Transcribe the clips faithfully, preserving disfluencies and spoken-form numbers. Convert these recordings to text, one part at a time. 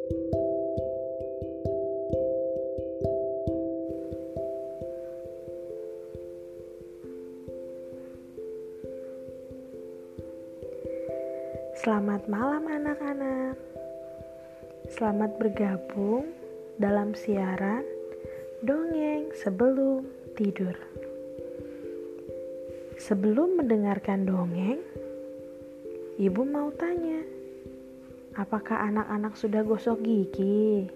Selamat malam anak-anak. Selamat bergabung dalam siaran Dongeng Sebelum Tidur. Sebelum mendengarkan dongeng, Ibu mau tanya, apakah anak-anak sudah gosok gigi?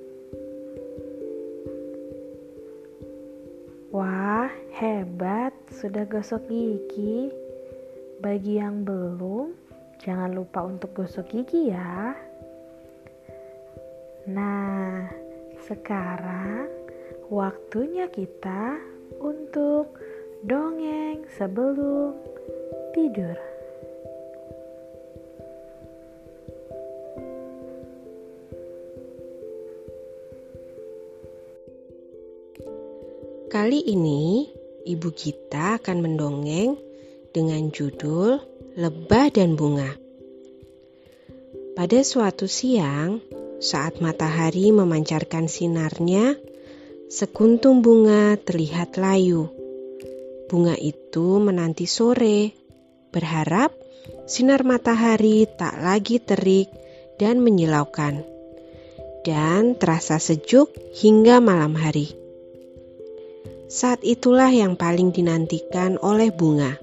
Wah, hebat, sudah gosok gigi. Bagi yang belum, jangan lupa untuk gosok gigi ya. Nah, sekarang waktunya kita untuk dongeng sebelum tidur. Kali ini, ibu kita akan mendongeng dengan judul Lebah dan Bunga. Pada suatu siang, saat matahari memancarkan sinarnya, sekuntum bunga terlihat layu. Bunga itu menanti sore, berharap sinar matahari tak lagi terik dan menyilaukan, dan terasa sejuk hingga malam hari. Saat itulah yang paling dinantikan oleh bunga.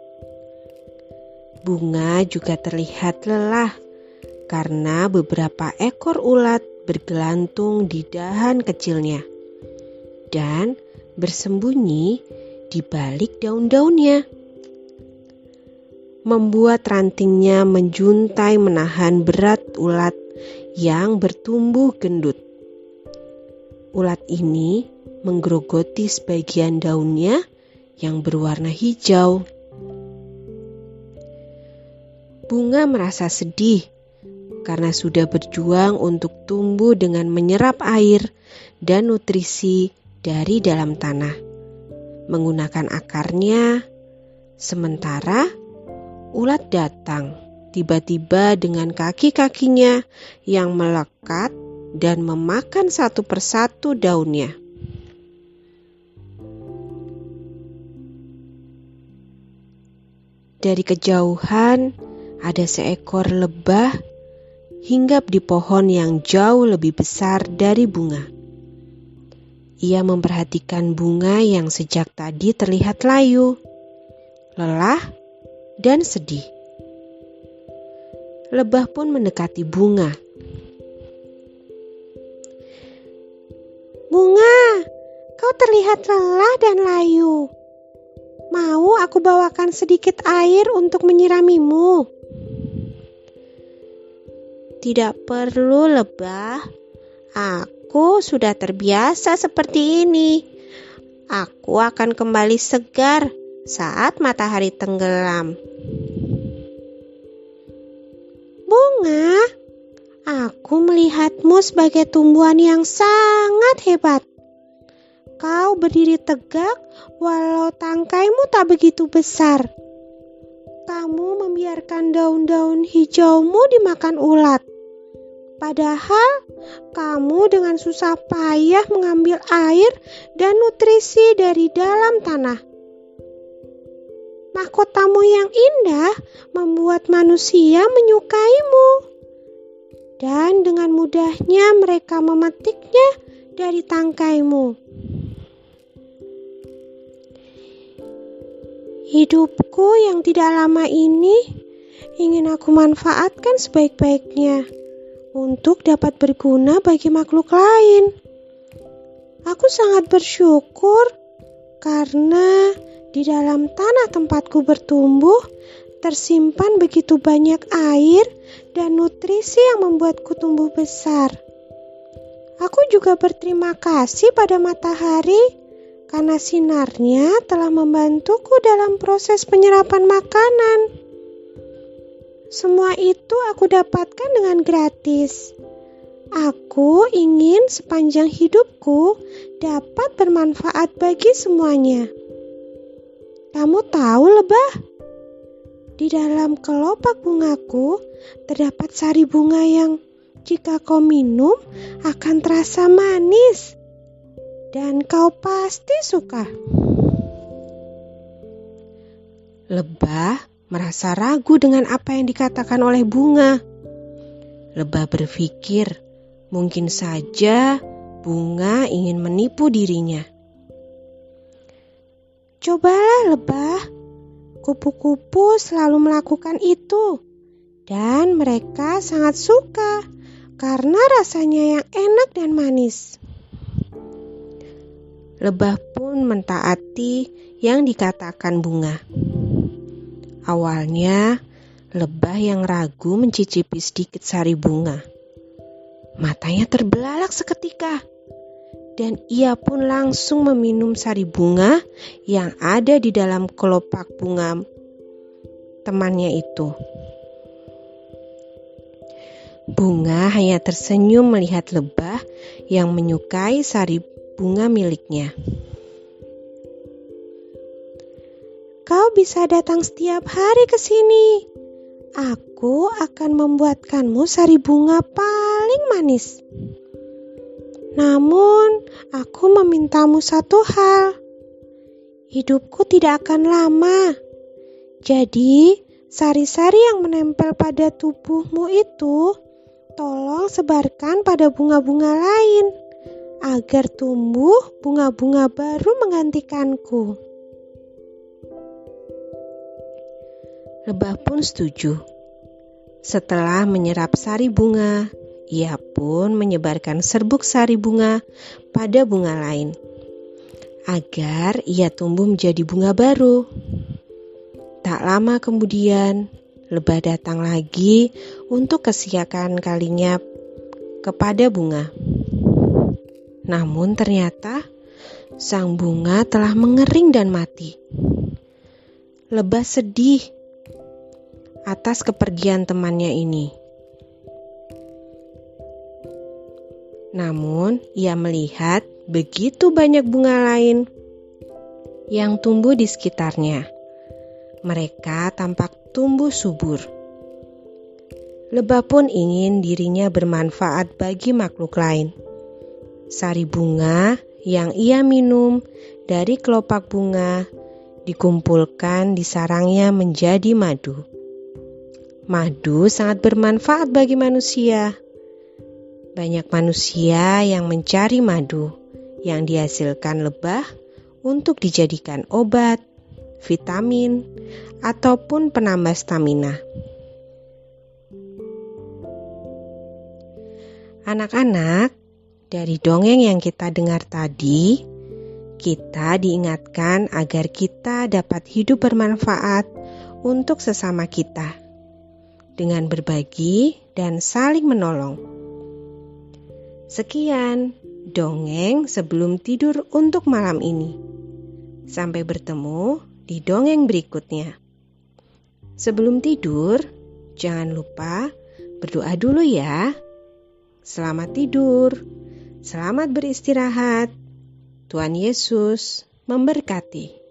Bunga juga terlihat lelah karena beberapa ekor ulat bergelantung di dahan kecilnya dan bersembunyi di balik daun-daunnya, membuat rantingnya menjuntai menahan berat ulat yang bertumbuh gendut. Ulat ini menggerogoti sebagian daunnya yang berwarna hijau. Bunga merasa sedih karena sudah berjuang untuk tumbuh dengan menyerap air dan nutrisi dari dalam tanah, menggunakan akarnya. Sementara ulat datang tiba-tiba dengan kaki-kakinya yang melekat dan memakan satu persatu daunnya. Dari kejauhan, ada seekor lebah hinggap di pohon yang jauh lebih besar dari bunga. Ia memperhatikan bunga yang sejak tadi terlihat layu, lelah, dan sedih. Lebah pun mendekati bunga. Bunga, kau terlihat lelah dan layu. Mau aku bawakan sedikit air untuk menyiramimu? Tidak perlu, lebah. Aku sudah terbiasa seperti ini. Aku akan kembali segar saat matahari tenggelam. Bunga, aku melihatmu sebagai tumbuhan yang sangat hebat. Kau berdiri tegak walau tangkaimu tak begitu besar. Kamu membiarkan daun-daun hijaumu dimakan ulat. Padahal kamu dengan susah payah mengambil air dan nutrisi dari dalam tanah. Mahkotamu yang indah membuat manusia menyukaimu. Dan dengan mudahnya mereka memetiknya dari tangkaimu. Hidupku yang tidak lama ini ingin aku manfaatkan sebaik-baiknya untuk dapat berguna bagi makhluk lain. Aku sangat bersyukur karena di dalam tanah tempatku bertumbuh tersimpan begitu banyak air dan nutrisi yang membuatku tumbuh besar. Aku juga berterima kasih pada matahari karena sinarnya telah membantuku dalam proses penyerapan makanan. Semua itu aku dapatkan dengan gratis. Aku ingin sepanjang hidupku dapat bermanfaat bagi semuanya. Kamu tahu, lebah? Di dalam kelopak bungaku terdapat sari bunga yang jika kau minum akan terasa manis dan kau pasti suka. Lebah merasa ragu dengan apa yang dikatakan oleh bunga. Lebah berpikir, mungkin saja bunga ingin menipu dirinya. Cobalah lebah, kupu-kupu selalu melakukan itu dan mereka sangat suka karena rasanya yang enak dan manis. Lebah pun mentaati yang dikatakan bunga. Awalnya, lebah yang ragu mencicipi sedikit sari bunga. Matanya terbelalak seketika, dan ia pun langsung meminum sari bunga yang ada di dalam kelopak bunga temannya itu. Bunga hanya tersenyum melihat lebah yang menyukai sari bunga miliknya. Kau bisa datang setiap hari ke sini. Aku akan membuatkanmu sari bunga paling manis. Namun, aku memintamu satu hal. Hidupku tidak akan lama. Jadi, sari-sari yang menempel pada tubuhmu itu, tolong sebarkan pada bunga-bunga lain, agar tumbuh bunga-bunga baru menggantikanku. Lebah pun setuju. Setelah menyerap sari bunga, ia pun menyebarkan serbuk sari bunga pada bunga lain, agar ia tumbuh menjadi bunga baru. Tak lama kemudian, lebah datang lagi untuk kesekian kalinya kepada bunga. Namun ternyata sang bunga telah mengering dan mati. Lebah sedih atas kepergian temannya ini. Namun ia melihat begitu banyak bunga lain yang tumbuh di sekitarnya. Mereka tampak tumbuh subur. Lebah pun ingin dirinya bermanfaat bagi makhluk lain. Sari bunga yang ia minum dari kelopak bunga dikumpulkan di sarangnya menjadi madu. Madu sangat bermanfaat bagi manusia. Banyak manusia yang mencari madu yang dihasilkan lebah untuk dijadikan obat, vitamin, ataupun penambah stamina. Anak-anak, dari dongeng yang kita dengar tadi, kita diingatkan agar kita dapat hidup bermanfaat untuk sesama kita, dengan berbagi dan saling menolong. Sekian dongeng sebelum tidur untuk malam ini. Sampai bertemu di dongeng berikutnya. Sebelum tidur, jangan lupa berdoa dulu ya. Selamat tidur, selamat beristirahat. Tuhan Yesus memberkati.